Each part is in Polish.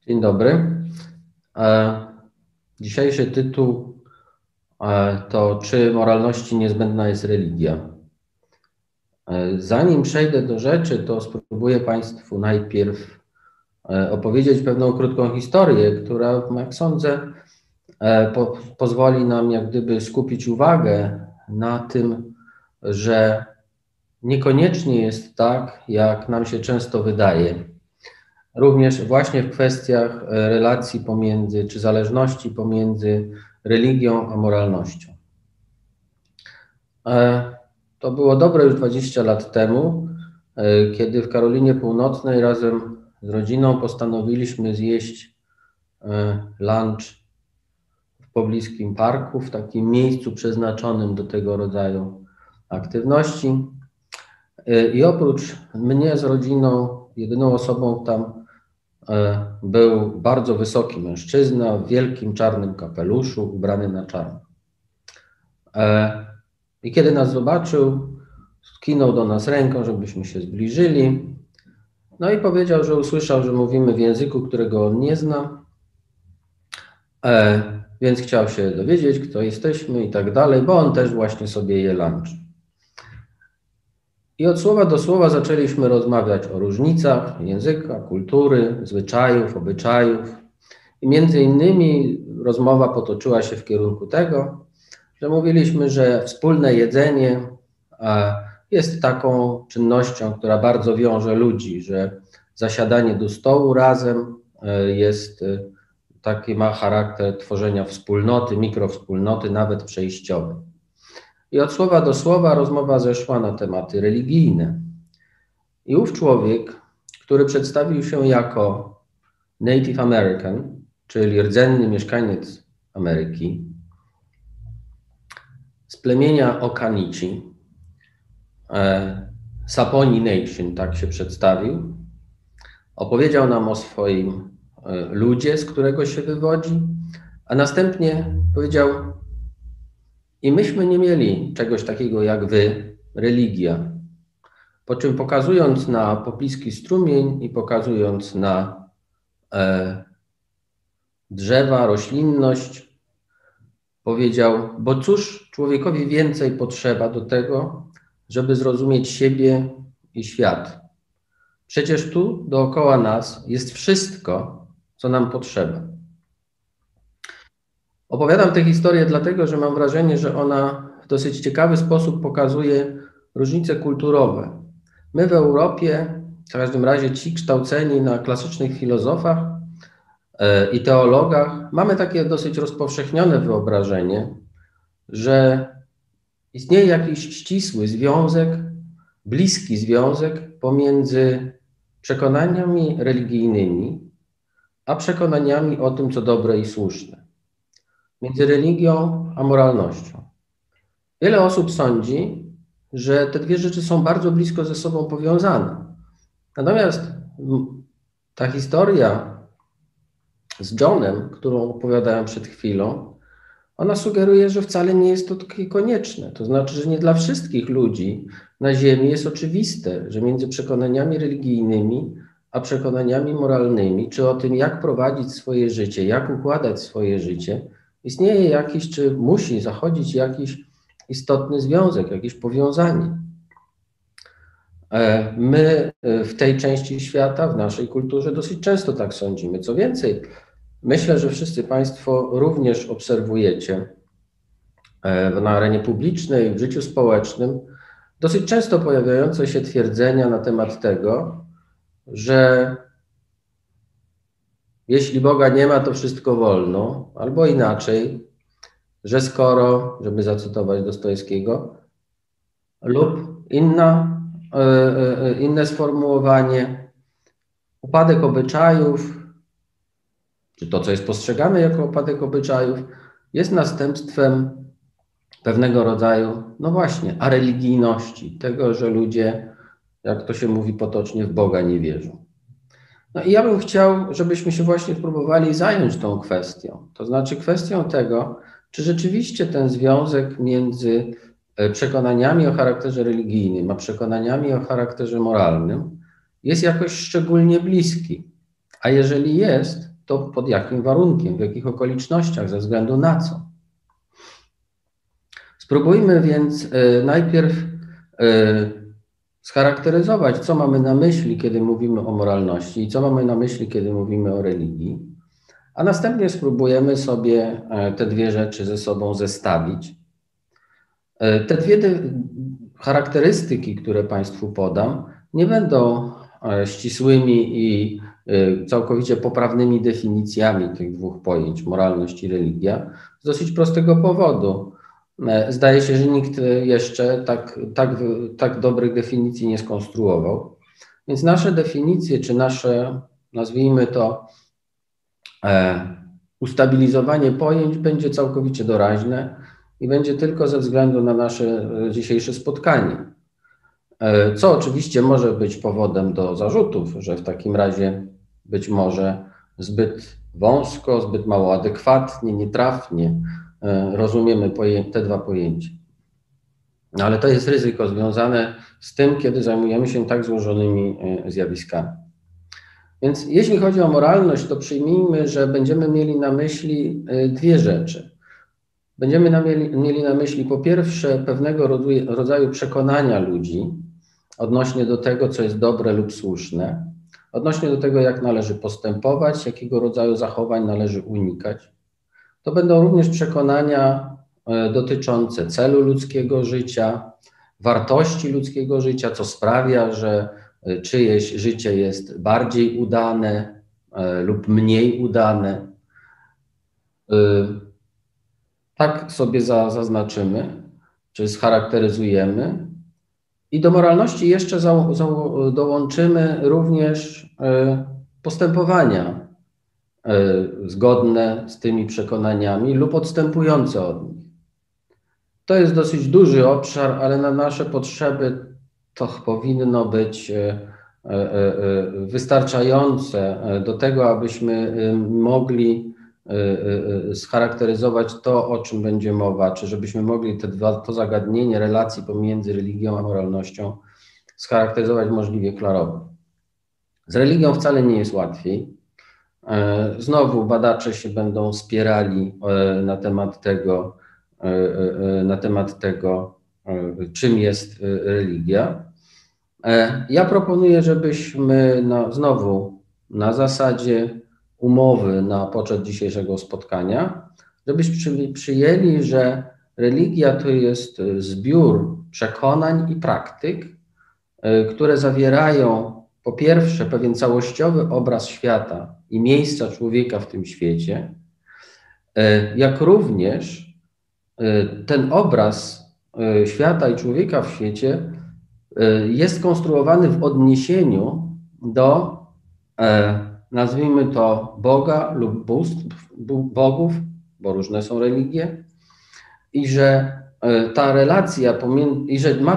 Dzień dobry. Dzisiejszy tytuł to czy moralności niezbędna jest religia? Zanim przejdę do rzeczy, to spróbuję Państwu najpierw opowiedzieć pewną krótką historię, która, jak sądzę, pozwoli nam jak gdyby skupić uwagę na tym, że niekoniecznie jest tak, jak nam się często wydaje. Również właśnie w kwestiach relacji pomiędzy, czy zależności pomiędzy religią a moralnością. To było dobre już 20 lat temu, kiedy w Karolinie Północnej razem z rodziną postanowiliśmy zjeść lunch w pobliskim parku, w takim miejscu przeznaczonym do tego rodzaju aktywności. I oprócz mnie z rodziną, jedyną osobą tam był bardzo wysoki mężczyzna w wielkim czarnym kapeluszu, ubrany na czarno. I kiedy nas zobaczył, skinął do nas ręką, żebyśmy się zbliżyli. No i powiedział, że usłyszał, że mówimy w języku, którego on nie zna, więc chciał się dowiedzieć, kto jesteśmy i tak dalej, bo on też właśnie sobie je lunch. I od słowa do słowa zaczęliśmy rozmawiać o różnicach języka, kultury, zwyczajów, obyczajów. I między innymi rozmowa potoczyła się w kierunku tego, że mówiliśmy, że wspólne jedzenie jest taką czynnością, która bardzo wiąże ludzi, że zasiadanie do stołu razem jest taki, ma charakter tworzenia wspólnoty, mikrowspólnoty, nawet przejściowej. I od słowa do słowa rozmowa zeszła na tematy religijne. I ów człowiek, który przedstawił się jako Native American, czyli rdzenny mieszkaniec Ameryki, z plemienia Okanichi, Saponi Nation, tak się przedstawił, opowiedział nam o swoim ludzie, z którego się wywodzi, a następnie powiedział: i myśmy nie mieli czegoś takiego jak wy, religia. Po czym pokazując na pobliski strumień i pokazując na drzewa, roślinność, powiedział: bo cóż człowiekowi więcej potrzeba do tego, żeby zrozumieć siebie i świat. Przecież tu dookoła nas jest wszystko, co nam potrzeba. Opowiadam tę historię dlatego, że mam wrażenie, że ona w dosyć ciekawy sposób pokazuje różnice kulturowe. My w Europie, w każdym razie ci kształceni na klasycznych filozofach i teologach, mamy takie dosyć rozpowszechnione wyobrażenie, że istnieje jakiś ścisły związek, bliski związek pomiędzy przekonaniami religijnymi a przekonaniami o tym, co dobre i słuszne. Między religią a moralnością. Wiele osób sądzi, że te dwie rzeczy są bardzo blisko ze sobą powiązane. Natomiast ta historia z Johnem, którą opowiadałem przed chwilą, ona sugeruje, że wcale nie jest to takie konieczne. To znaczy, że nie dla wszystkich ludzi na ziemi jest oczywiste, że między przekonaniami religijnymi a przekonaniami moralnymi, czy o tym, jak prowadzić swoje życie, jak układać swoje życie, istnieje jakiś, czy musi zachodzić jakiś istotny związek, jakieś powiązanie. My w tej części świata, w naszej kulturze dosyć często tak sądzimy. Co więcej, myślę, że wszyscy Państwo również obserwujecie na arenie publicznej, w życiu społecznym dosyć często pojawiające się twierdzenia na temat tego, że jeśli Boga nie ma, to wszystko wolno, albo inaczej, że skoro, żeby zacytować Dostojewskiego, lub inne sformułowanie, upadek obyczajów, czy to, co jest postrzegane jako upadek obyczajów, jest następstwem pewnego rodzaju, no właśnie, areligijności, tego, że ludzie, jak to się mówi potocznie, w Boga nie wierzą. No i ja bym chciał, żebyśmy się właśnie spróbowali zająć tą kwestią, to znaczy kwestią tego, czy rzeczywiście ten związek między przekonaniami o charakterze religijnym a przekonaniami o charakterze moralnym jest jakoś szczególnie bliski. A jeżeli jest, to pod jakim warunkiem, w jakich okolicznościach, ze względu na co. Spróbujmy więc najpierw scharakteryzować, co mamy na myśli, kiedy mówimy o moralności i co mamy na myśli, kiedy mówimy o religii, a następnie spróbujemy sobie te dwie rzeczy ze sobą zestawić. Te dwie charakterystyki, które Państwu podam, nie będą ścisłymi i całkowicie poprawnymi definicjami tych dwóch pojęć, moralność i religia, z dosyć prostego powodu. Zdaje się, że nikt jeszcze tak dobrych definicji nie skonstruował. Więc nasze definicje, czy nasze, nazwijmy to, ustabilizowanie pojęć będzie całkowicie doraźne i będzie tylko ze względu na nasze dzisiejsze spotkanie. Co oczywiście może być powodem do zarzutów, że w takim razie być może zbyt wąsko, zbyt mało adekwatnie, nietrafnie rozumiemy te dwa pojęcia. Ale to jest ryzyko związane z tym, kiedy zajmujemy się tak złożonymi zjawiskami. Więc jeśli chodzi o moralność, to przyjmijmy, że będziemy mieli na myśli dwie rzeczy. Będziemy mieli na myśli po pierwsze pewnego rodzaju przekonania ludzi odnośnie do tego, co jest dobre lub słuszne, odnośnie do tego, jak należy postępować, jakiego rodzaju zachowań należy unikać. To będą również przekonania dotyczące celu ludzkiego życia, wartości ludzkiego życia, co sprawia, że czyjeś życie jest bardziej udane lub mniej udane. Tak sobie zaznaczymy, czy scharakteryzujemy. I do moralności jeszcze dołączymy również postępowania zgodne z tymi przekonaniami lub odstępujące od nich. To jest dosyć duży obszar, ale na nasze potrzeby to powinno być wystarczające do tego, abyśmy mogli scharakteryzować to, o czym będzie mowa, czy żebyśmy mogli to zagadnienie relacji pomiędzy religią a moralnością scharakteryzować możliwie klarownie. Z religią wcale nie jest łatwiej. Znowu badacze się będą spierali na temat tego, czym jest religia. Ja proponuję, żebyśmy znowu na zasadzie umowy na poczet dzisiejszego spotkania, żebyśmy przyjęli, że religia to jest zbiór przekonań i praktyk, które zawierają po pierwsze pewien całościowy obraz świata i miejsca człowieka w tym świecie, jak również ten obraz świata i człowieka w świecie jest konstruowany w odniesieniu do, nazwijmy to, Boga lub bogów, bo różne są religie, i że ta relacja pomiędzy, i że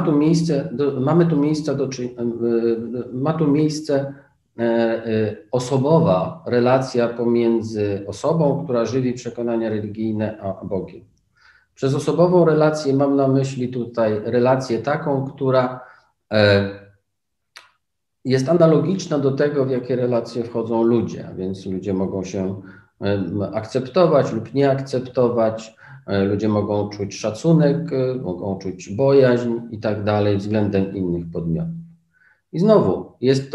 ma tu miejsce osobowa relacja pomiędzy osobą, która żywi przekonania religijne, a Bogiem. Przez osobową relację mam na myśli tutaj relację taką, która jest analogiczna do tego, w jakie relacje wchodzą ludzie, a więc ludzie mogą się akceptować lub nie akceptować, ludzie mogą czuć szacunek, mogą czuć bojaźń i tak dalej względem innych podmiotów. I znowu jest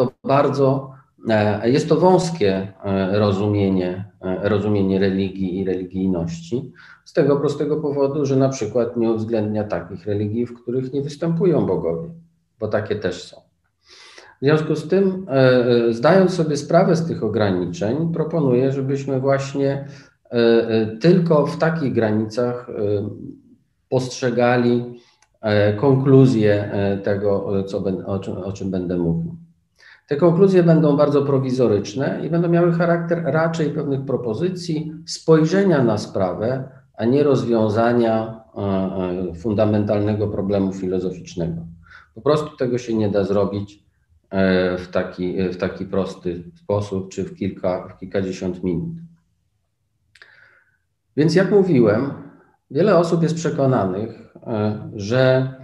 to wąskie rozumienie religii i religijności z tego prostego powodu, że na przykład nie uwzględnia takich religii, w których nie występują bogowie, bo takie też są. W związku z tym, zdając sobie sprawę z tych ograniczeń, proponuję, żebyśmy właśnie tylko w takich granicach postrzegali konkluzję tego, o czym będę mówił. Te konkluzje będą bardzo prowizoryczne i będą miały charakter raczej pewnych propozycji, spojrzenia na sprawę, a nie rozwiązania fundamentalnego problemu filozoficznego. Po prostu tego się nie da zrobić w taki prosty sposób, czy w kilkadziesiąt minut. Więc jak mówiłem, wiele osób jest przekonanych, że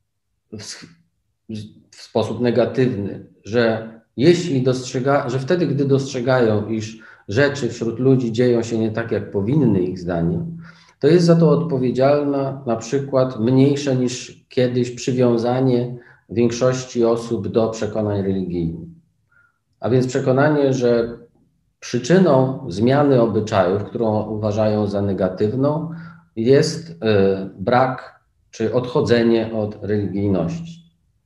w sposób negatywny, że wtedy, gdy dostrzegają, iż rzeczy wśród ludzi dzieją się nie tak, jak powinny ich zdaniem, to jest za to odpowiedzialna na przykład mniejsze niż kiedyś przywiązanie większości osób do przekonań religijnych. A więc przekonanie, że przyczyną zmiany obyczajów, którą uważają za negatywną, jest brak czy odchodzenie od religijności.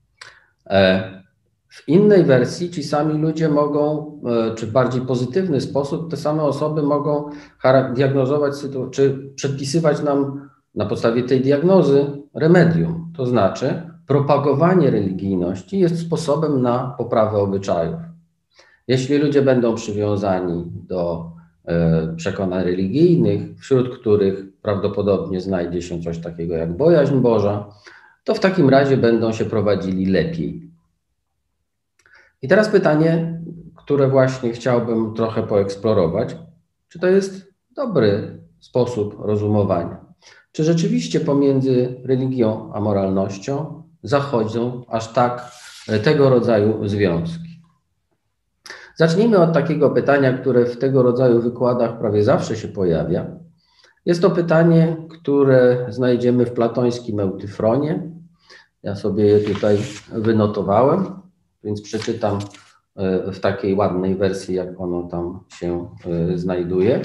W innej wersji ci sami ludzie mogą, czy w bardziej pozytywny sposób, te same osoby mogą diagnozować czy przedpisywać nam na podstawie tej diagnozy remedium. To znaczy, propagowanie religijności jest sposobem na poprawę obyczajów. Jeśli ludzie będą przywiązani do przekonań religijnych, wśród których prawdopodobnie znajdzie się coś takiego jak bojaźń Boża, to w takim razie będą się prowadzili lepiej. I teraz pytanie, które właśnie chciałbym trochę poeksplorować, czy to jest dobry sposób rozumowania? Czy rzeczywiście pomiędzy religią a moralnością zachodzą aż tak tego rodzaju związki? Zacznijmy od takiego pytania, które w tego rodzaju wykładach prawie zawsze się pojawia. Jest to pytanie, które znajdziemy w platońskim Eutyfronie. Ja sobie je tutaj wynotowałem, więc przeczytam w takiej ładnej wersji, jak ono tam się znajduje.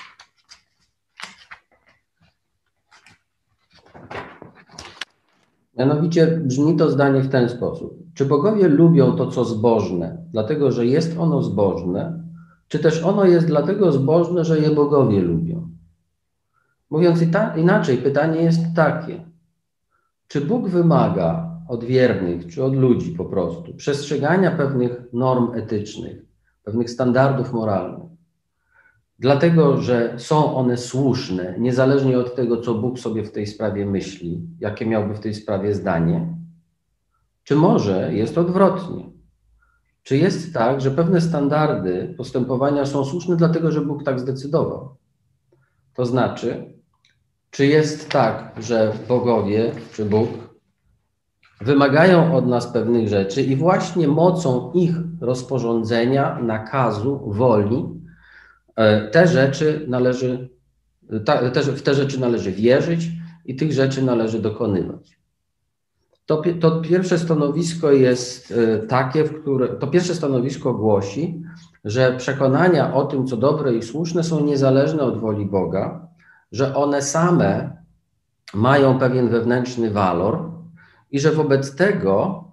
Mianowicie brzmi to zdanie w ten sposób. Czy bogowie lubią to, co zbożne, dlatego, że jest ono zbożne, czy też ono jest dlatego zbożne, że je bogowie lubią? Mówiąc inaczej, pytanie jest takie. Czy Bóg wymaga od wiernych, czy od ludzi po prostu, przestrzegania pewnych norm etycznych, pewnych standardów moralnych, dlatego, że są one słuszne, niezależnie od tego, co Bóg sobie w tej sprawie myśli, jakie miałby w tej sprawie zdanie? Czy może jest odwrotnie? Czy jest tak, że pewne standardy postępowania są słuszne, dlatego, że Bóg tak zdecydował? To znaczy, czy jest tak, że bogowie, czy Bóg wymagają od nas pewnych rzeczy i właśnie mocą ich rozporządzenia, nakazu, woli, w te rzeczy należy wierzyć i tych rzeczy należy dokonywać. To pierwsze stanowisko jest takie, to pierwsze stanowisko głosi, że przekonania o tym, co dobre i słuszne, są niezależne od woli Boga, że one same mają pewien wewnętrzny walor i że wobec tego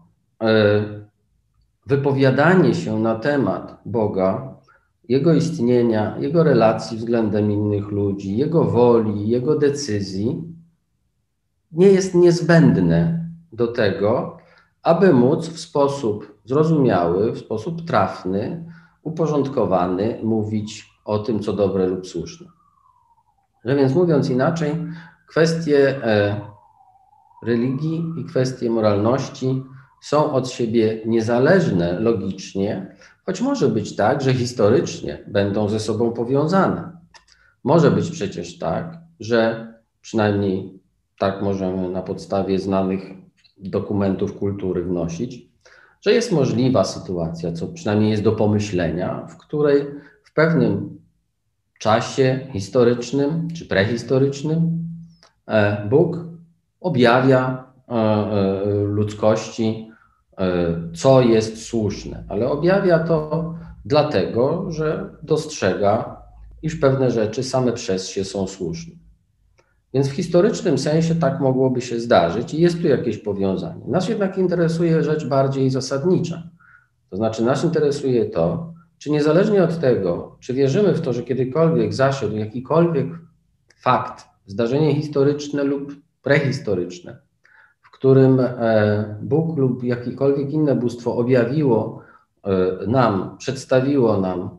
wypowiadanie się na temat Boga, Jego istnienia, Jego relacji względem innych ludzi, Jego woli, Jego decyzji nie jest niezbędne do tego, aby móc w sposób zrozumiały, w sposób trafny, uporządkowany mówić o tym, co dobre lub słuszne. Że więc mówiąc inaczej, kwestie religii i kwestie moralności są od siebie niezależne logicznie, choć może być tak, że historycznie będą ze sobą powiązane. Może być przecież tak, że przynajmniej tak możemy na podstawie znanych dokumentów kultury wnosić, że jest możliwa sytuacja, co przynajmniej jest do pomyślenia, w której w pewnym czasie historycznym czy prehistorycznym Bóg objawia ludzkości, co jest słuszne, ale objawia to dlatego, że dostrzega, iż pewne rzeczy same przez się są słuszne. Więc w historycznym sensie tak mogłoby się zdarzyć i jest tu jakieś powiązanie. Nas jednak interesuje rzecz bardziej zasadnicza. To znaczy nas interesuje to, czy niezależnie od tego, czy wierzymy w to, że kiedykolwiek zaszedł jakikolwiek fakt, zdarzenie historyczne lub prehistoryczne, w którym Bóg lub jakiekolwiek inne bóstwo objawiło nam, przedstawiło nam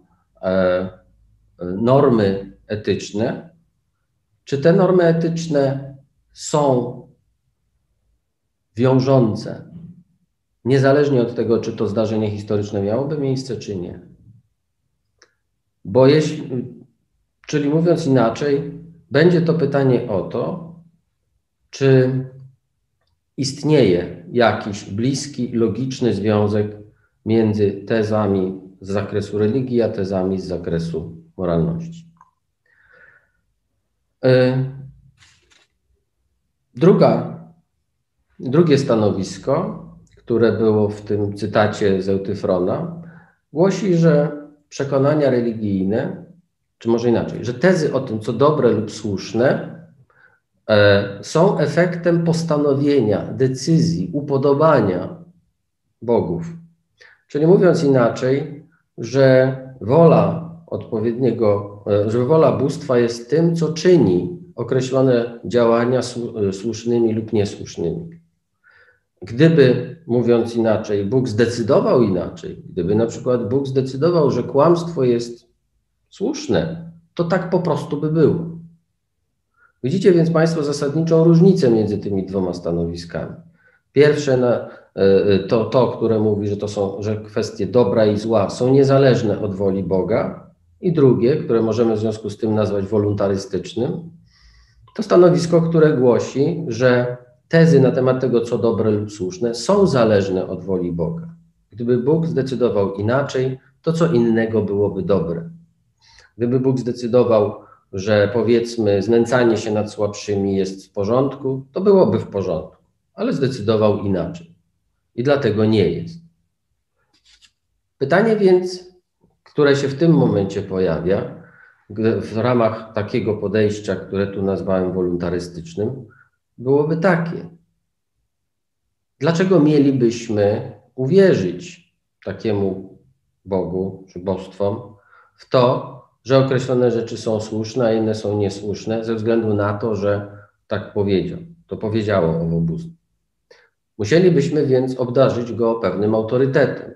normy etyczne, czy te normy etyczne są wiążące, niezależnie od tego, czy to zdarzenie historyczne miałoby miejsce, czy nie. Bo czyli mówiąc inaczej, będzie to pytanie o to, czy istnieje jakiś bliski, logiczny związek między tezami z zakresu religii, a tezami z zakresu moralności. Drugie stanowisko, które było w tym cytacie z Eutyfrona, głosi, że przekonania religijne, czy może inaczej, że tezy o tym, co dobre lub słuszne, są efektem postanowienia, decyzji, upodobania bogów. Czyli mówiąc inaczej, że wola bóstwa jest tym, co czyni określone działania słusznymi lub niesłusznymi. Gdyby, mówiąc inaczej, Bóg zdecydował inaczej, gdyby na przykład Bóg zdecydował, że kłamstwo jest słuszne, to tak po prostu by było. Widzicie więc Państwo zasadniczą różnicę między tymi dwoma stanowiskami. Pierwsze to, które mówi, że kwestie dobra i zła są niezależne od woli Boga, i drugie, które możemy w związku z tym nazwać wolontarystycznym, to stanowisko, które głosi, że tezy na temat tego, co dobre lub słuszne, są zależne od woli Boga. Gdyby Bóg zdecydował inaczej, to co innego byłoby dobre. Gdyby Bóg zdecydował, że powiedzmy znęcanie się nad słabszymi jest w porządku, to byłoby w porządku, ale zdecydował inaczej i dlatego nie jest. Pytanie więc, które się w tym momencie pojawia, w ramach takiego podejścia, które tu nazwałem wolontarystycznym, byłoby takie. Dlaczego mielibyśmy uwierzyć takiemu Bogu czy bóstwom w to, że określone rzeczy są słuszne, a inne są niesłuszne, ze względu na to, że tak powiedział, to powiedziało owo bóstwo. Musielibyśmy więc obdarzyć go pewnym autorytetem.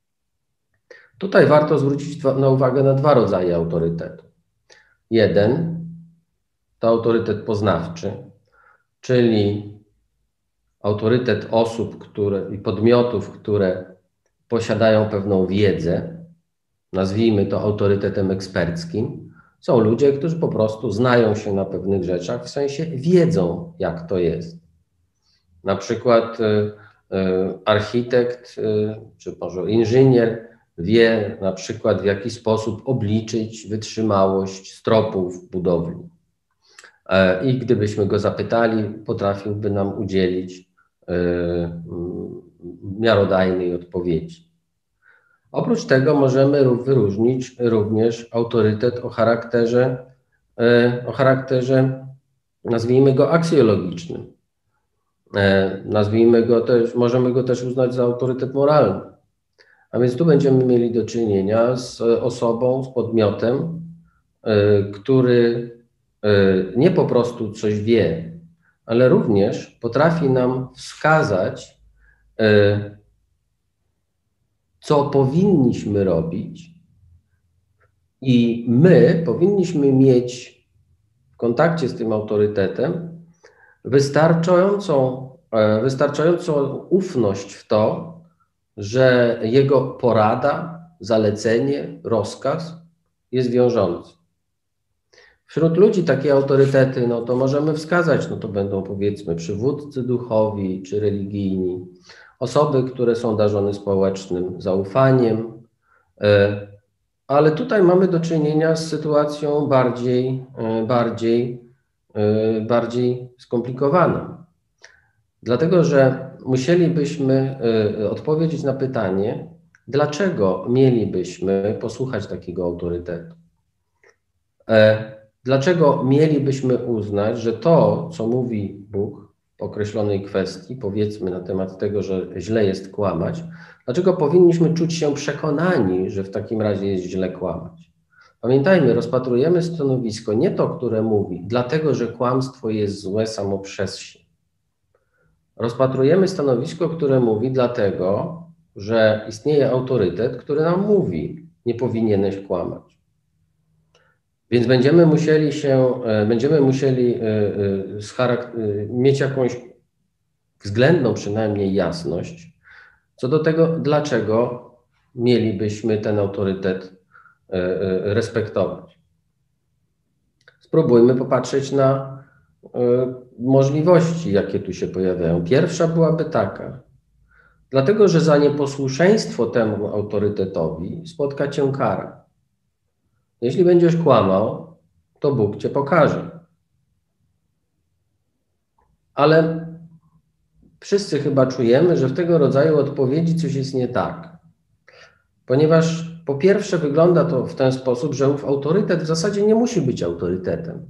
Tutaj warto zwrócić uwagę na dwa rodzaje autorytetu. Jeden to autorytet poznawczy, czyli autorytet osób i podmiotów, które posiadają pewną wiedzę, nazwijmy to autorytetem eksperckim. Są ludzie, którzy po prostu znają się na pewnych rzeczach, w sensie wiedzą, jak to jest. Na przykład architekt czy może inżynier wie na przykład, w jaki sposób obliczyć wytrzymałość stropów budowli. I gdybyśmy go zapytali, potrafiłby nam udzielić miarodajnej odpowiedzi. Oprócz tego możemy wyróżnić również autorytet o charakterze, nazwijmy go aksjologicznym. Możemy go też uznać za autorytet moralny. A więc tu będziemy mieli do czynienia z osobą, z podmiotem, który nie po prostu coś wie, ale również potrafi nam wskazać, co powinniśmy robić, i my powinniśmy mieć w kontakcie z tym autorytetem wystarczającą ufność w to, że jego porada, zalecenie, rozkaz jest wiążący. Wśród ludzi takie autorytety, to możemy wskazać, to będą powiedzmy przywódcy duchowi czy religijni, osoby, które są darzone społecznym zaufaniem, ale tutaj mamy do czynienia z sytuacją bardziej skomplikowaną. Dlatego, że musielibyśmy odpowiedzieć na pytanie, dlaczego mielibyśmy posłuchać takiego autorytetu. Dlaczego mielibyśmy uznać, że to, co mówi Bóg w określonej kwestii, powiedzmy na temat tego, że źle jest kłamać, dlaczego powinniśmy czuć się przekonani, że w takim razie jest źle kłamać? Pamiętajmy, rozpatrujemy stanowisko nie to, które mówi, dlatego, że kłamstwo jest złe samo przez się. Rozpatrujemy stanowisko, które mówi dlatego, że istnieje autorytet, który nam mówi, nie powinieneś kłamać. Więc będziemy musieli mieć jakąś względną przynajmniej jasność co do tego, dlaczego mielibyśmy ten autorytet respektować. Spróbujmy popatrzeć na możliwości, jakie tu się pojawiają. Pierwsza byłaby taka. Dlatego, że za nieposłuszeństwo temu autorytetowi spotka cię kara. Jeśli będziesz kłamał, to Bóg cię pokaże. Ale wszyscy chyba czujemy, że w tego rodzaju odpowiedzi coś jest nie tak. Ponieważ po pierwsze wygląda to w ten sposób, że ów autorytet w zasadzie nie musi być autorytetem.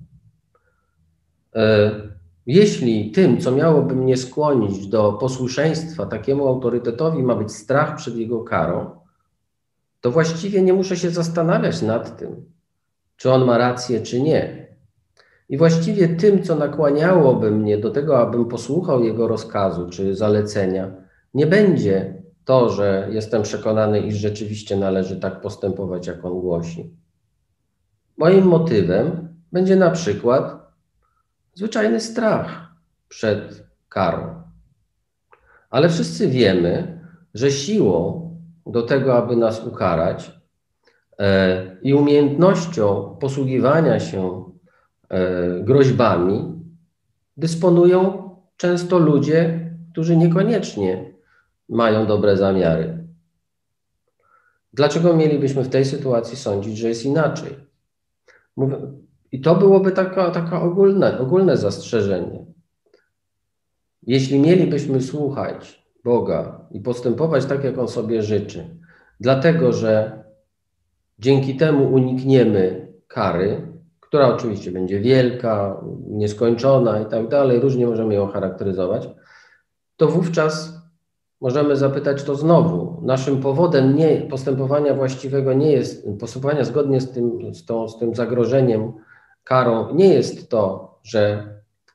Jeśli tym, co miałoby mnie skłonić do posłuszeństwa takiemu autorytetowi, ma być strach przed jego karą, to właściwie nie muszę się zastanawiać nad tym, czy on ma rację, czy nie. I właściwie tym, co nakłaniałoby mnie do tego, abym posłuchał jego rozkazu czy zalecenia, nie będzie to, że jestem przekonany, iż rzeczywiście należy tak postępować, jak on głosi. Moim motywem będzie na przykład zwyczajny strach przed karą. Ale wszyscy wiemy, że siłą do tego, aby nas ukarać i umiejętnością posługiwania się groźbami dysponują często ludzie, którzy niekoniecznie mają dobre zamiary. Dlaczego mielibyśmy w tej sytuacji sądzić, że jest inaczej? I to byłoby taka ogólne zastrzeżenie. Jeśli mielibyśmy słuchać Boga i postępować tak, jak On sobie życzy, dlatego że dzięki temu unikniemy kary, która oczywiście będzie wielka, nieskończona i tak dalej, różnie możemy ją charakteryzować, to wówczas możemy zapytać to znowu. Naszym powodem postępowania właściwego nie jest, postępowania zgodnie z tym zagrożeniem, karą, nie jest to, że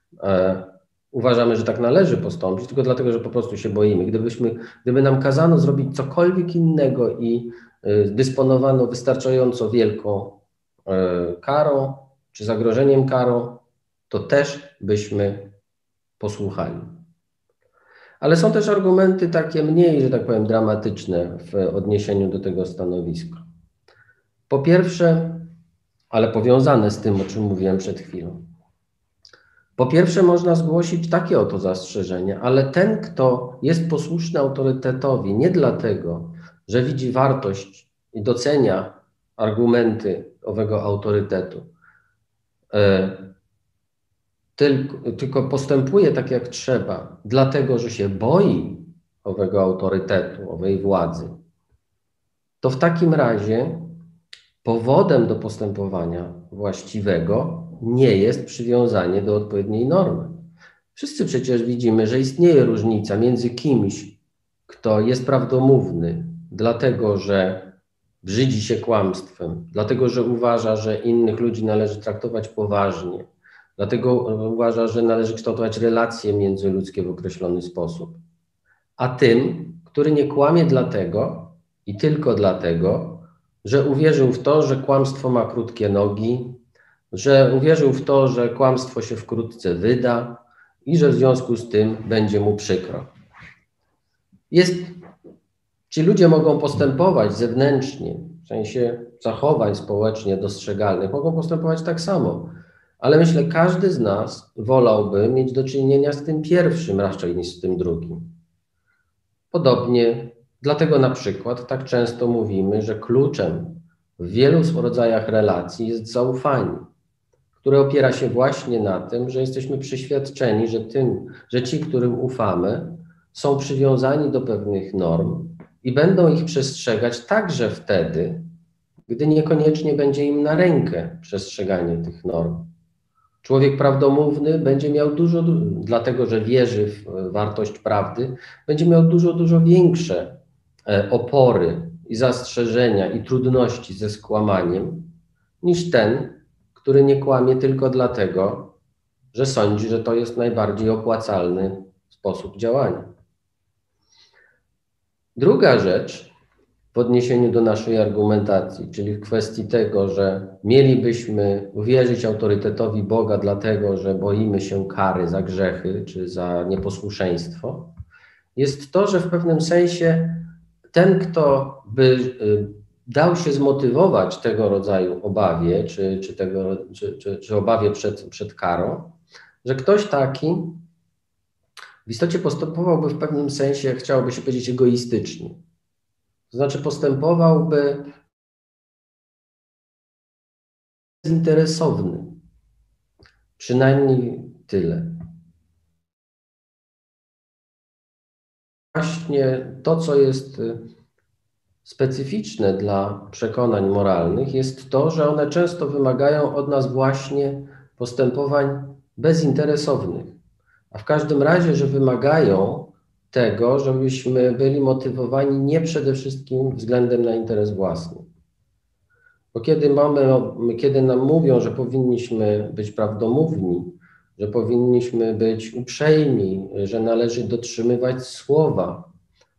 uważamy, że tak należy postąpić, tylko dlatego, że po prostu się boimy. Gdyby nam kazano zrobić cokolwiek innego i dysponowano wystarczająco wielką karą, czy zagrożeniem karą, to też byśmy posłuchali. Ale są też argumenty takie mniej, że tak powiem, dramatyczne w odniesieniu do tego stanowiska. Po pierwsze, ale powiązane z tym, o czym mówiłem przed chwilą. Po pierwsze, można zgłosić takie oto zastrzeżenie, ale ten, kto jest posłuszny autorytetowi nie dlatego, że widzi wartość i docenia argumenty owego autorytetu, tylko postępuje tak, jak trzeba, dlatego, że się boi owego autorytetu, owej władzy, to w takim razie powodem do postępowania właściwego nie jest przywiązanie do odpowiedniej normy. Wszyscy przecież widzimy, że istnieje różnica między kimś, kto jest prawdomówny, dlatego że brzydzi się kłamstwem, dlatego że uważa, że innych ludzi należy traktować poważnie, dlatego uważa, że należy kształtować relacje międzyludzkie w określony sposób, a tym, który nie kłamie dlatego i tylko dlatego, że uwierzył w to, że kłamstwo ma krótkie nogi, że uwierzył w to, że kłamstwo się wkrótce wyda i że w związku z tym będzie mu przykro. Ci ludzie mogą postępować zewnętrznie, w sensie zachowań społecznie dostrzegalnych, mogą postępować tak samo, ale myślę, każdy z nas wolałby mieć do czynienia z tym pierwszym raczej niż z tym drugim. Podobnie, dlatego na przykład tak często mówimy, że kluczem w wielu rodzajach relacji jest zaufanie, które opiera się właśnie na tym, że jesteśmy przeświadczeni, że ci, którym ufamy, są przywiązani do pewnych norm i będą ich przestrzegać także wtedy, gdy niekoniecznie będzie im na rękę przestrzeganie tych norm. Człowiek prawdomówny będzie miał dlatego że wierzy w wartość prawdy, będzie miał dużo większe opory i zastrzeżenia i trudności ze skłamaniem niż ten, który nie kłamie tylko dlatego, że sądzi, że to jest najbardziej opłacalny sposób działania. Druga rzecz w odniesieniu do naszej argumentacji, czyli w kwestii tego, że mielibyśmy uwierzyć autorytetowi Boga dlatego, że boimy się kary za grzechy czy za nieposłuszeństwo, jest to, że w pewnym sensie ten, kto by dał się zmotywować tego rodzaju obawie, czy obawie przed karą, że ktoś taki w istocie postępowałby w pewnym sensie, chciałoby się powiedzieć, egoistycznie. To znaczy postępowałby bezinteresowny. Przynajmniej tyle. Właśnie to, co jest specyficzne dla przekonań moralnych, jest to, że one często wymagają od nas właśnie postępowań bezinteresownych. A w każdym razie, że wymagają tego, żebyśmy byli motywowani nie przede wszystkim względem na interes własny. Bo kiedy nam mówią, że powinniśmy być prawdomówni, że powinniśmy być uprzejmi, że należy dotrzymywać słowa,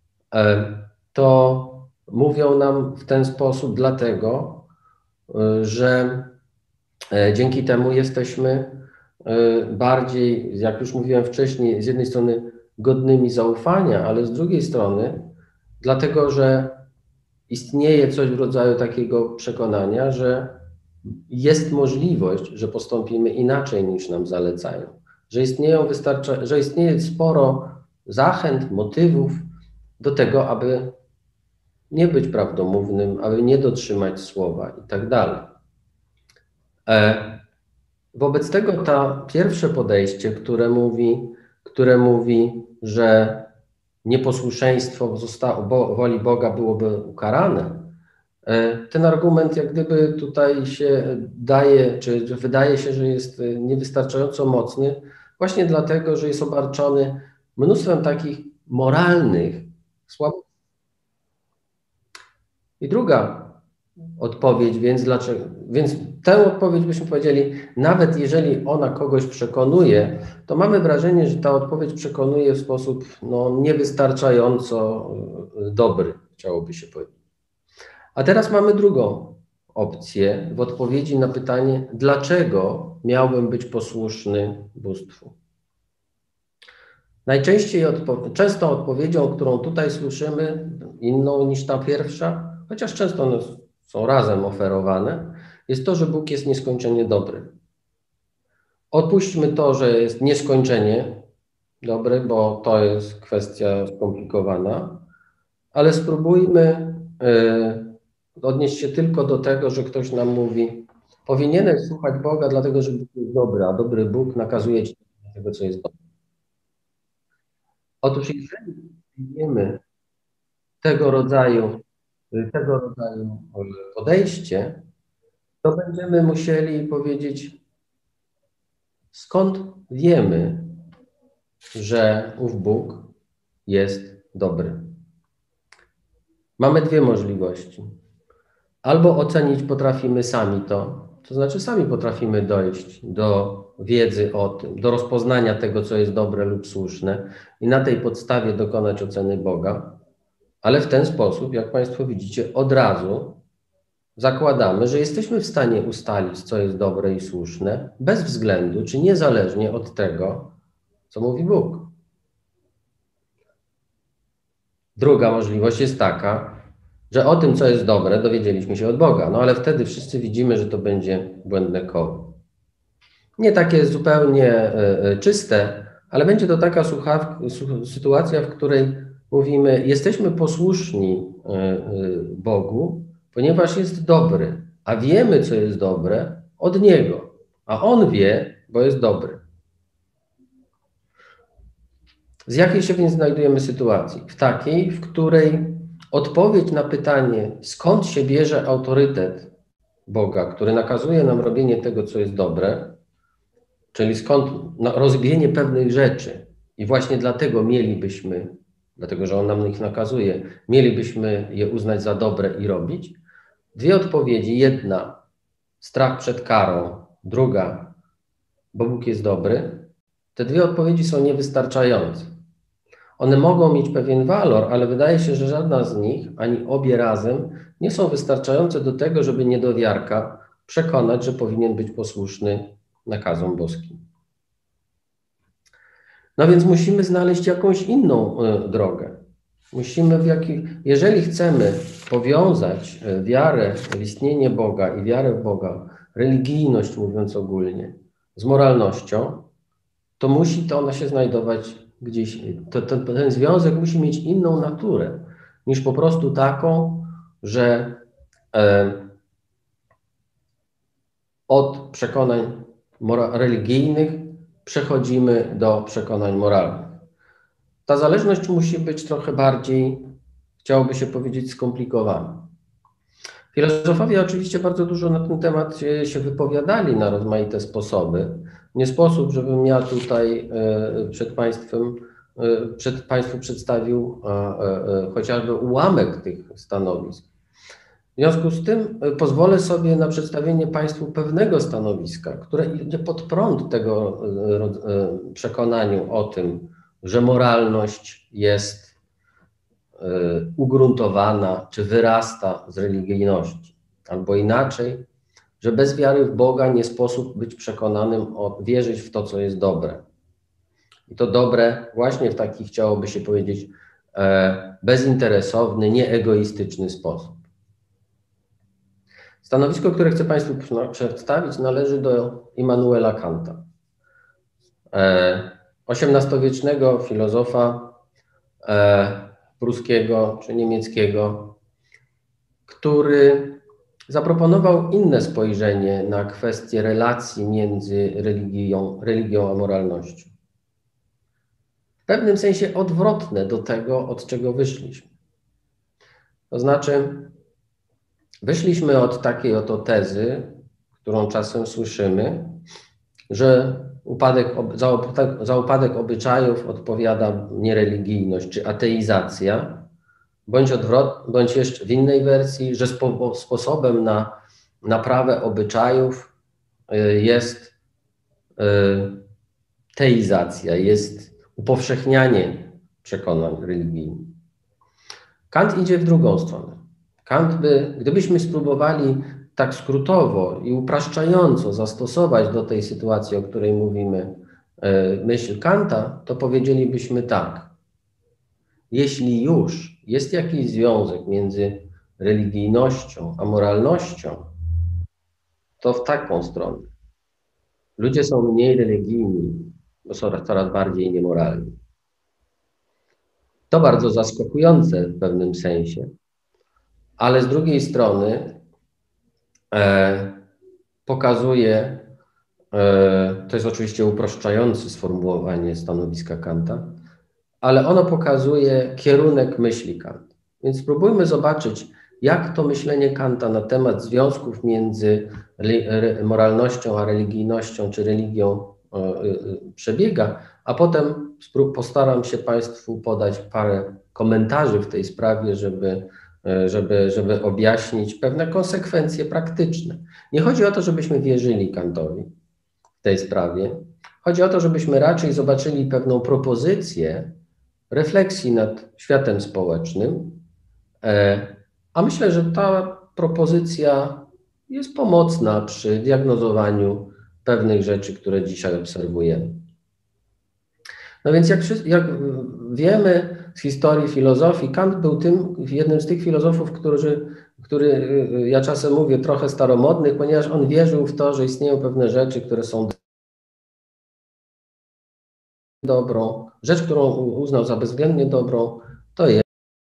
to mówią nam w ten sposób dlatego, że dzięki temu jesteśmy bardziej, jak już mówiłem wcześniej, z jednej strony godnymi zaufania, ale z drugiej strony dlatego, że istnieje coś w rodzaju takiego przekonania, że jest możliwość, że postąpimy inaczej niż nam zalecają, że istnieje sporo zachęt, motywów do tego, aby nie być prawdomównym, aby nie dotrzymać słowa i tak dalej. Wobec tego to pierwsze podejście, które mówi, że nieposłuszeństwo woli Boga byłoby ukarane, ten argument jak gdyby tutaj się daje, czy wydaje się, że jest niewystarczająco mocny, właśnie dlatego, że jest obarczony mnóstwem takich moralnych słabości. I druga odpowiedź, więc tę odpowiedź byśmy powiedzieli, nawet jeżeli ona kogoś przekonuje, to mamy wrażenie, że ta odpowiedź przekonuje w sposób niewystarczająco dobry, chciałoby się powiedzieć. A teraz mamy drugą opcję w odpowiedzi na pytanie, dlaczego miałbym być posłuszny bóstwu. Częstą odpowiedzią, którą tutaj słyszymy, inną niż ta pierwsza, chociaż często one są razem oferowane, jest to, że Bóg jest nieskończenie dobry. Odpuśćmy to, że jest nieskończenie dobry, bo to jest kwestia skomplikowana, ale spróbujmy odnieść się tylko do tego, że ktoś nam mówi, powinieneś słuchać Boga, dlatego że Bóg jest dobry, a dobry Bóg nakazuje ci tego, co jest dobre. Otóż jeżeli wiemy tego rodzaju podejście, to będziemy musieli powiedzieć, skąd wiemy, że ów Bóg jest dobry. Mamy dwie możliwości. Albo ocenić potrafimy sami to znaczy sami potrafimy dojść do wiedzy o tym, do rozpoznania tego, co jest dobre lub słuszne i na tej podstawie dokonać oceny Boga, ale w ten sposób, jak Państwo widzicie, od razu zakładamy, że jesteśmy w stanie ustalić, co jest dobre i słuszne, bez względu czy niezależnie od tego, co mówi Bóg. Druga możliwość jest taka, że o tym, co jest dobre, dowiedzieliśmy się od Boga, no ale wtedy wszyscy widzimy, że to będzie błędne koło. Nie takie zupełnie czyste, ale będzie to taka sytuacja, w której mówimy, jesteśmy posłuszni Bogu, ponieważ jest dobry, a wiemy, co jest dobre od Niego, a On wie, bo jest dobry. Z jakiej się więc znajdujemy sytuacji? W takiej, w której odpowiedź na pytanie, skąd się bierze autorytet Boga, który nakazuje nam robienie tego, co jest dobre, czyli skąd rozbienie pewnych rzeczy i właśnie dlatego, że On nam ich nakazuje, mielibyśmy je uznać za dobre i robić. Dwie odpowiedzi. Jedna, strach przed karą. Druga, bo Bóg jest dobry. Te dwie odpowiedzi są niewystarczające. One mogą mieć pewien walor, ale wydaje się, że żadna z nich, ani obie razem, nie są wystarczające do tego, żeby niedowiarka przekonać, że powinien być posłuszny nakazom boskim. No więc musimy znaleźć jakąś inną drogę. Jeżeli chcemy powiązać wiarę w istnienie Boga i wiarę w Boga, religijność mówiąc ogólnie, z moralnością, to musi to ona się znajdować gdzieś, ten związek musi mieć inną naturę niż po prostu taką, że od przekonań religijnych przechodzimy do przekonań moralnych. Ta zależność musi być trochę bardziej, chciałoby się powiedzieć, skomplikowana. Filozofowie oczywiście bardzo dużo na ten temat się wypowiadali na rozmaite sposoby. Nie sposób, żebym ja tutaj przed Państwu przedstawił chociażby ułamek tych stanowisk. W związku z tym pozwolę sobie na przedstawienie Państwu pewnego stanowiska, które idzie pod prąd tego przekonaniu o tym, że moralność jest ugruntowana czy wyrasta z religijności. Albo inaczej, że bez wiary w Boga nie sposób być przekonanym, wierzyć w to, co jest dobre. I to dobre właśnie w taki, chciałoby się powiedzieć, bezinteresowny, nieegoistyczny sposób. Stanowisko, które chcę Państwu przedstawić, należy do Immanuela Kanta, XVIII-wiecznego filozofa pruskiego czy niemieckiego, który zaproponował inne spojrzenie na kwestię relacji między religią a moralnością. W pewnym sensie odwrotne do tego, od czego wyszliśmy. To znaczy, wyszliśmy od takiej oto tezy, którą czasem słyszymy, że za upadek obyczajów odpowiada niereligijność czy ateizacja, bądź jeszcze w innej wersji, że sposobem na naprawę obyczajów jest teizacja, jest upowszechnianie przekonań religijnych. Kant idzie w drugą stronę. Gdybyśmy spróbowali tak skrótowo i upraszczająco zastosować do tej sytuacji, o której mówimy, myśl Kanta, to powiedzielibyśmy tak. Jeśli już jest jakiś związek między religijnością a moralnością, to w taką stronę. Ludzie są mniej religijni, bo są coraz bardziej niemoralni. To bardzo zaskakujące w pewnym sensie, ale z drugiej strony pokazuje, to jest oczywiście uproszczające sformułowanie stanowiska Kanta, ale ono pokazuje kierunek myśli Kanta. Więc spróbujmy zobaczyć, jak to myślenie Kanta na temat związków między moralnością a religijnością czy religią przebiega, a potem postaram się Państwu podać parę komentarzy w tej sprawie, żeby objaśnić pewne konsekwencje praktyczne. Nie chodzi o to, żebyśmy wierzyli Kantowi w tej sprawie. Chodzi o to, żebyśmy raczej zobaczyli pewną propozycję refleksji nad światem społecznym, a myślę, że ta propozycja jest pomocna przy diagnozowaniu pewnych rzeczy, które dzisiaj obserwujemy. No więc jak wiemy z historii filozofii, Kant był jednym z tych filozofów, który ja czasem mówię trochę staromodnych, ponieważ on wierzył w to, że istnieją pewne rzeczy, które są dobrą. Rzecz, którą uznał za bezwzględnie dobrą, to jest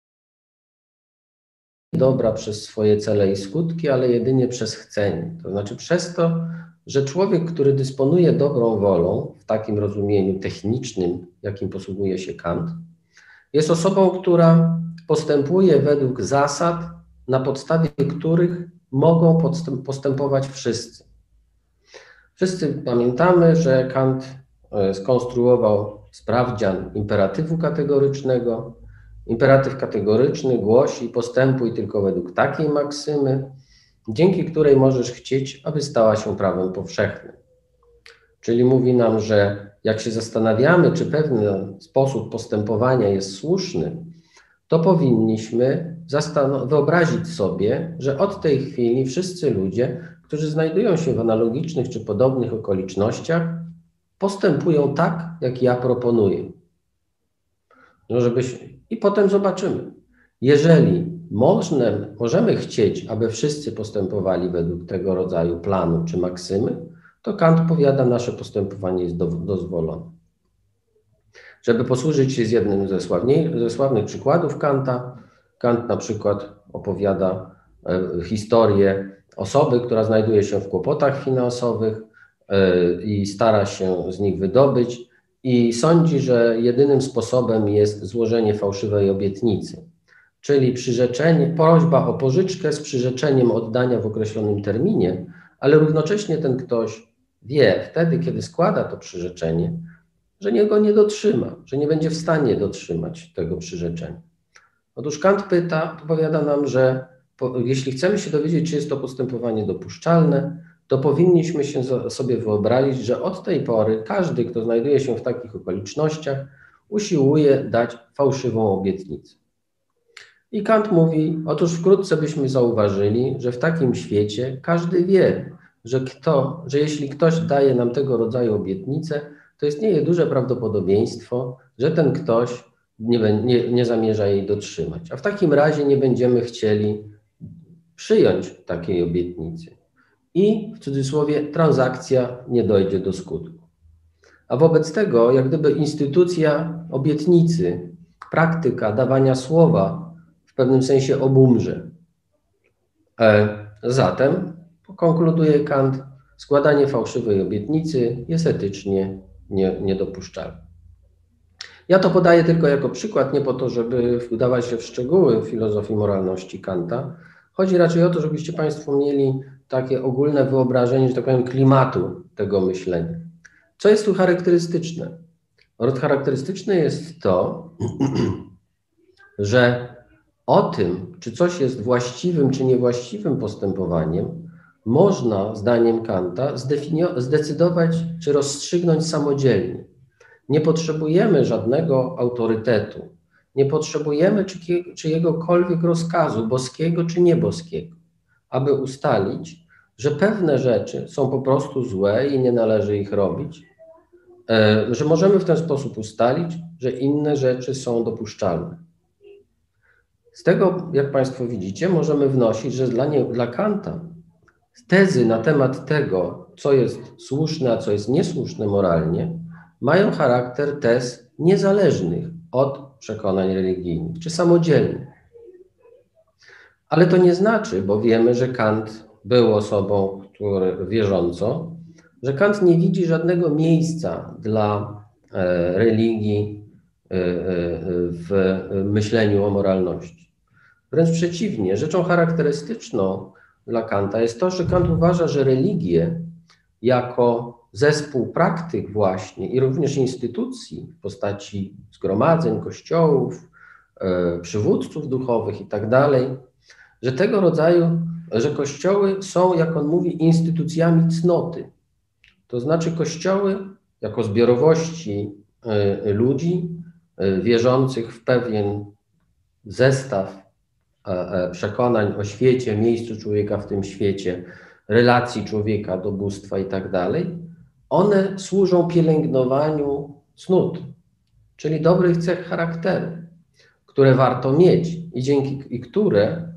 dobra przez swoje cele i skutki, ale jedynie przez chcenie. To znaczy przez to, że człowiek, który dysponuje dobrą wolą, w takim rozumieniu technicznym, jakim posługuje się Kant, jest osobą, która postępuje według zasad, na podstawie których mogą postępować wszyscy. Wszyscy pamiętamy, że Kant skonstruował sprawdzian imperatywu kategorycznego. Imperatyw kategoryczny głosi: postępuj tylko według takiej maksymy, dzięki której możesz chcieć, aby stała się prawem powszechnym. Czyli mówi nam, że jak się zastanawiamy, czy pewien sposób postępowania jest słuszny, to powinniśmy wyobrazić sobie, że od tej chwili wszyscy ludzie, którzy znajdują się w analogicznych czy podobnych okolicznościach, postępują tak, jak ja proponuję. No I potem zobaczymy. Jeżeli możemy chcieć, aby wszyscy postępowali według tego rodzaju planu czy maksymy, to Kant powiada, nasze postępowanie jest dozwolone. Żeby posłużyć się z jednym ze sławnych przykładów Kanta, Kant na przykład opowiada historię osoby, która znajduje się w kłopotach finansowych i stara się z nich wydobyć i sądzi, że jedynym sposobem jest złożenie fałszywej obietnicy, czyli prośba o pożyczkę z przyrzeczeniem oddania w określonym terminie, ale równocześnie ten ktoś wie wtedy, kiedy składa to przyrzeczenie, że go nie dotrzyma, że nie będzie w stanie dotrzymać tego przyrzeczenia. Otóż Kant powiada nam, że jeśli chcemy się dowiedzieć, czy jest to postępowanie dopuszczalne, to powinniśmy się sobie wyobrazić, że od tej pory każdy, kto znajduje się w takich okolicznościach, usiłuje dać fałszywą obietnicę. I Kant mówi, otóż wkrótce byśmy zauważyli, że w takim świecie każdy wie, że jeśli ktoś daje nam tego rodzaju obietnicę, to istnieje duże prawdopodobieństwo, że ten ktoś nie zamierza jej dotrzymać. A w takim razie nie będziemy chcieli przyjąć takiej obietnicy. I w cudzysłowie transakcja nie dojdzie do skutku. A wobec tego, jak gdyby instytucja obietnicy, praktyka dawania słowa w pewnym sensie obumrze. Zatem, konkluduje Kant, składanie fałszywej obietnicy jest etycznie niedopuszczalne. Ja to podaję tylko jako przykład, nie po to, żeby wdawać się w szczegóły filozofii moralności Kanta. Chodzi raczej o to, żebyście Państwo mieli takie ogólne wyobrażenie, że tak powiem, klimatu tego myślenia. Co jest tu charakterystyczne? Charakterystyczne jest to, że o tym, czy coś jest właściwym, czy niewłaściwym postępowaniem, można, zdaniem Kanta, zdecydować, czy rozstrzygnąć samodzielnie. Nie potrzebujemy żadnego autorytetu, nie potrzebujemy czyjegokolwiek rozkazu, boskiego czy nieboskiego, aby ustalić, że pewne rzeczy są po prostu złe i nie należy ich robić, że możemy w ten sposób ustalić, że inne rzeczy są dopuszczalne. Z tego, jak Państwo widzicie, możemy wnosić, że dla Kanta tezy na temat tego, co jest słuszne, a co jest niesłuszne moralnie, mają charakter tez niezależnych od przekonań religijnych, czy samodzielnych. Ale to nie znaczy, bo wiemy, że Kant był osobą wierzącą, że Kant nie widzi żadnego miejsca dla religii w myśleniu o moralności. Wręcz przeciwnie, rzeczą charakterystyczną dla Kanta jest to, że Kant uważa, że religie jako zespół praktyk właśnie i również instytucji w postaci zgromadzeń, kościołów, przywódców duchowych i tak dalej, że tego rodzaju, że kościoły są, jak on mówi, instytucjami cnoty. To znaczy kościoły jako zbiorowości ludzi wierzących w pewien zestaw przekonań o świecie, miejscu człowieka w tym świecie, relacji człowieka do bóstwa i tak dalej, one służą pielęgnowaniu cnót, czyli dobrych cech charakteru, które warto mieć i które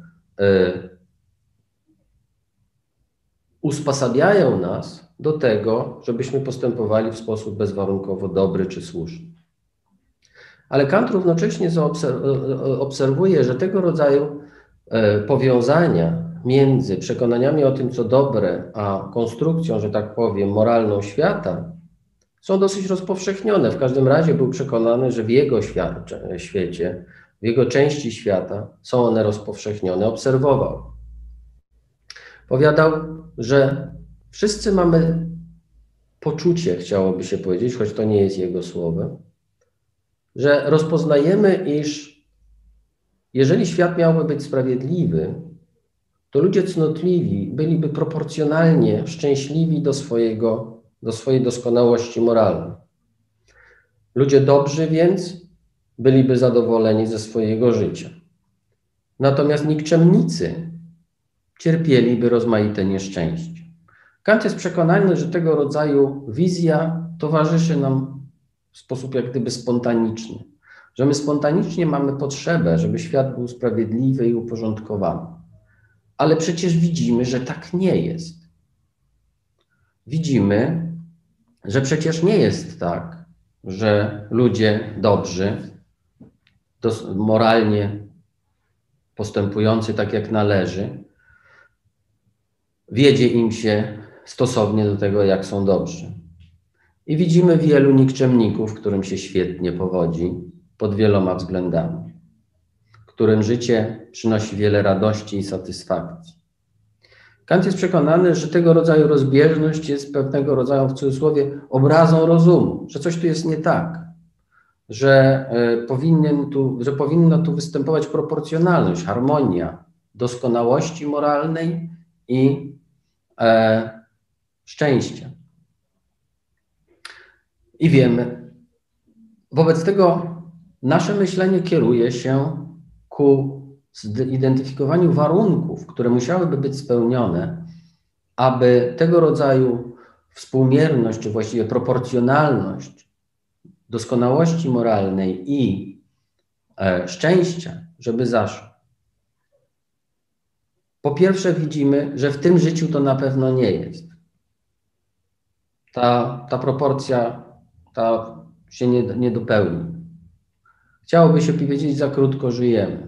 usposabiają nas do tego, żebyśmy postępowali w sposób bezwarunkowo dobry czy słuszny. Ale Kant równocześnie obserwuje, że tego rodzaju powiązania między przekonaniami o tym, co dobre, a konstrukcją, że tak powiem, moralną świata są dosyć rozpowszechnione. W każdym razie był przekonany, że w jego świecie, w jego części świata są one rozpowszechnione. Obserwował. Powiadał, że wszyscy mamy poczucie, chciałoby się powiedzieć, choć to nie jest jego słowem, że rozpoznajemy, iż jeżeli świat miałby być sprawiedliwy, to ludzie cnotliwi byliby proporcjonalnie szczęśliwi do swojej doskonałości moralnej. Ludzie dobrzy więc byliby zadowoleni ze swojego życia. Natomiast nikczemnicy cierpieliby rozmaite nieszczęście. Kant jest przekonany, że tego rodzaju wizja towarzyszy nam w sposób jak gdyby spontaniczny. Że my spontanicznie mamy potrzebę, żeby świat był sprawiedliwy i uporządkowany. Ale przecież widzimy, że tak nie jest. Widzimy, że przecież nie jest tak, że ludzie dobrzy, moralnie postępujący tak jak należy, wiedzie im się stosownie do tego, jak są dobrzy. I widzimy wielu nikczemników, którym się świetnie powodzi pod wieloma względami, którym życie przynosi wiele radości i satysfakcji. Kant jest przekonany, że tego rodzaju rozbieżność jest pewnego rodzaju, w cudzysłowie, obrazą rozumu, że coś tu jest nie tak, że powinna tu występować proporcjonalność, harmonia doskonałości moralnej i szczęścia. I wiemy, wobec tego nasze myślenie kieruje się ku zidentyfikowaniu warunków, które musiałyby być spełnione, aby tego rodzaju współmierność, czy właściwie proporcjonalność doskonałości moralnej i szczęścia, żeby zaszło. Po pierwsze widzimy, że w tym życiu to na pewno nie jest. Ta proporcja się nie dopełni. Chciałoby się powiedzieć, za krótko żyjemy.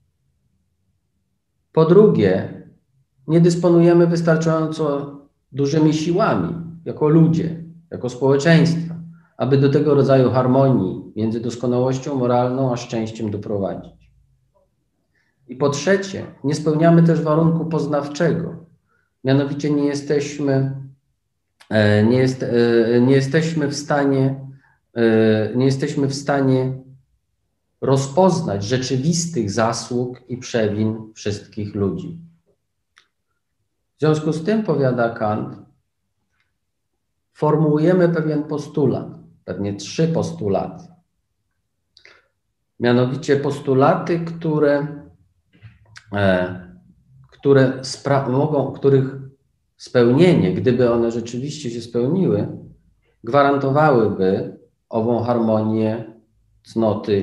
Po drugie, nie dysponujemy wystarczająco dużymi siłami jako ludzie, jako społeczeństwa, aby do tego rodzaju harmonii między doskonałością moralną a szczęściem doprowadzić. I po trzecie, nie spełniamy też warunku poznawczego. Mianowicie nie jesteśmy w stanie rozpoznać rzeczywistych zasług i przewin wszystkich ludzi. W związku z tym, powiada Kant, formułujemy pewien postulat, pewnie 3 postulaty. Mianowicie postulaty, których spełnienie, gdyby one rzeczywiście się spełniły, gwarantowałyby ową harmonię, cnoty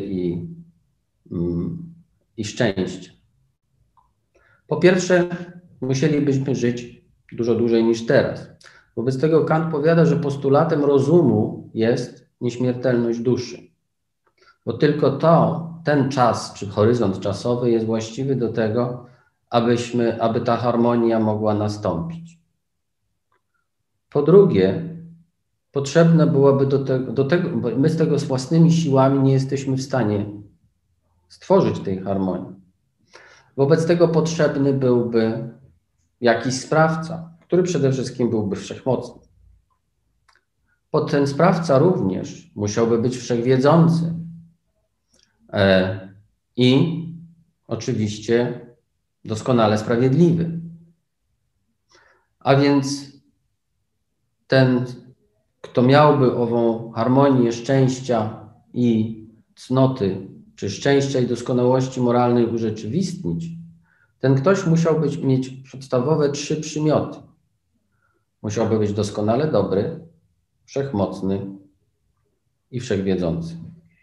i szczęście. Po pierwsze, musielibyśmy żyć dużo dłużej niż teraz. Wobec tego Kant powiada, że postulatem rozumu jest nieśmiertelność duszy. Bo tylko ten czas, czy horyzont czasowy jest właściwy do tego, aby ta harmonia mogła nastąpić. Po drugie, potrzebne byłoby do tego, bo my z tego z własnymi siłami nie jesteśmy w stanie stworzyć tej harmonii. Wobec tego potrzebny byłby jakiś sprawca, który przede wszystkim byłby wszechmocny. Ten sprawca również musiałby być wszechwiedzący i oczywiście doskonale sprawiedliwy. A więc ten, kto miałby ową harmonię szczęścia i cnoty, czy szczęścia i doskonałości moralnej urzeczywistnić, ten ktoś musiałby mieć podstawowe 3 przymioty. Musiałby być doskonale dobry, wszechmocny i wszechwiedzący.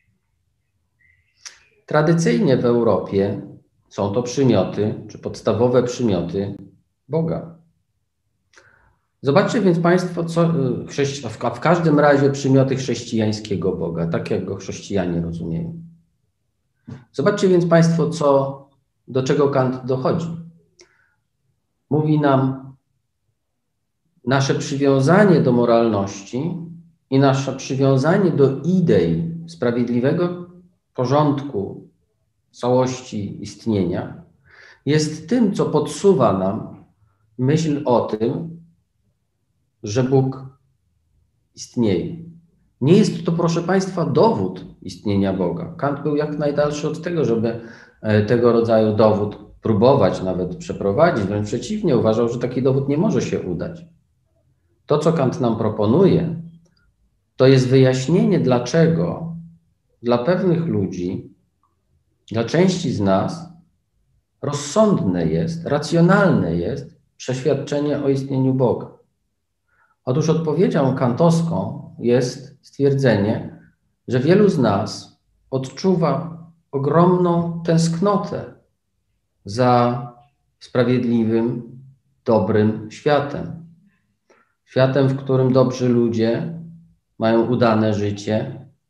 Tradycyjnie w Europie są to przymioty, czy podstawowe przymioty Boga. Zobaczcie więc Państwo, w każdym razie przymioty chrześcijańskiego Boga, tak jak go chrześcijanie rozumieją. Zobaczcie więc Państwo, do czego Kant dochodzi. Mówi nam, nasze przywiązanie do moralności i nasze przywiązanie do idei sprawiedliwego porządku całości istnienia jest tym, co podsuwa nam myśl o tym, że Bóg istnieje. Nie jest to, proszę Państwa, dowód istnienia Boga. Kant był jak najdalszy od tego, żeby tego rodzaju dowód próbować nawet przeprowadzić. Wręcz przeciwnie, uważał, że taki dowód nie może się udać. To, co Kant nam proponuje, to jest wyjaśnienie, dlaczego dla pewnych ludzi, dla części z nas rozsądne jest, racjonalne jest przeświadczenie o istnieniu Boga. Otóż odpowiedzią kantowską jest stwierdzenie, że wielu z nas odczuwa ogromną tęsknotę za sprawiedliwym, dobrym światem. Światem, w którym dobrzy ludzie mają udane życie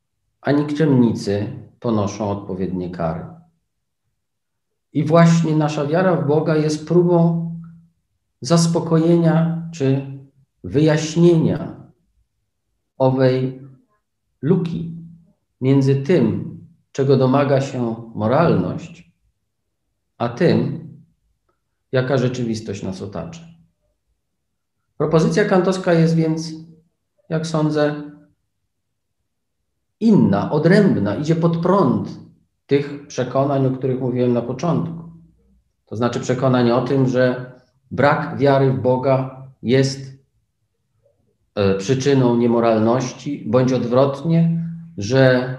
a nikczemnicy ponoszą odpowiednie kary. I właśnie nasza wiara w Boga jest próbą zaspokojenia czy wyjaśnienia owej luki między tym, czego domaga się moralność, a tym, jaka rzeczywistość nas otacza. Propozycja kantowska jest więc, jak sądzę, inna, odrębna, idzie pod prąd tych przekonań, o których mówiłem na początku. To znaczy przekonań o tym, że brak wiary w Boga jest przyczyną niemoralności, bądź odwrotnie, że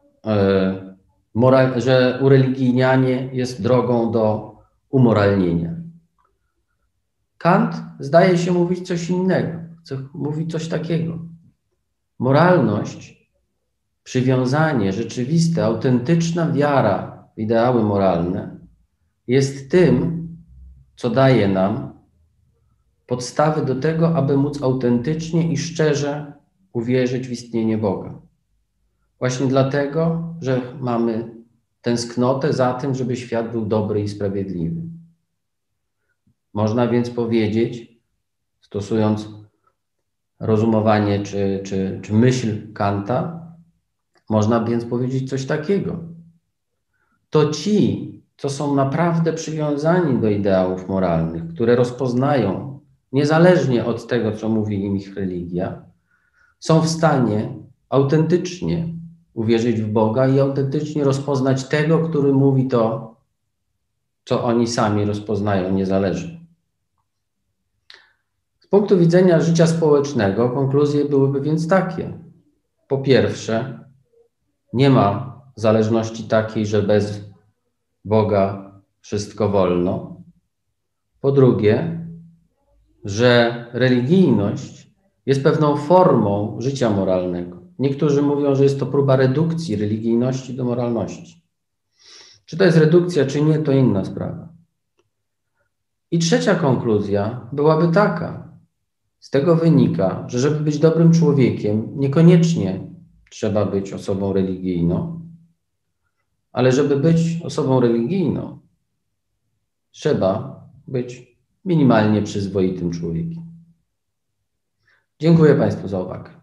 ureligijnianie jest drogą do umoralnienia. Kant zdaje się mówić coś innego, chce mówić coś takiego. Moralność, przywiązanie rzeczywiste, autentyczna wiara w ideały moralne jest tym, co daje nam podstawy do tego, aby móc autentycznie i szczerze uwierzyć w istnienie Boga. Właśnie dlatego, że mamy tęsknotę za tym, żeby świat był dobry i sprawiedliwy. Można więc powiedzieć, stosując rozumowanie czy myśl Kanta, można więc powiedzieć coś takiego. To ci, co są naprawdę przywiązani do ideałów moralnych, które rozpoznają, niezależnie od tego, co mówi im ich religia, są w stanie autentycznie uwierzyć w Boga i autentycznie rozpoznać tego, który mówi to, co oni sami rozpoznają niezależnie. Z punktu widzenia życia społecznego konkluzje byłyby więc takie. Po pierwsze, nie ma zależności takiej, że bez Boga wszystko wolno. Po drugie, że religijność jest pewną formą życia moralnego. Niektórzy mówią, że jest to próba redukcji religijności do moralności. Czy to jest redukcja, czy nie, to inna sprawa. I trzecia konkluzja byłaby taka. Z tego wynika, że żeby być dobrym człowiekiem, niekoniecznie trzeba być osobą religijną, ale żeby być osobą religijną, trzeba być minimalnie przyzwoitym człowiekiem. Dziękuję Państwu za uwagę.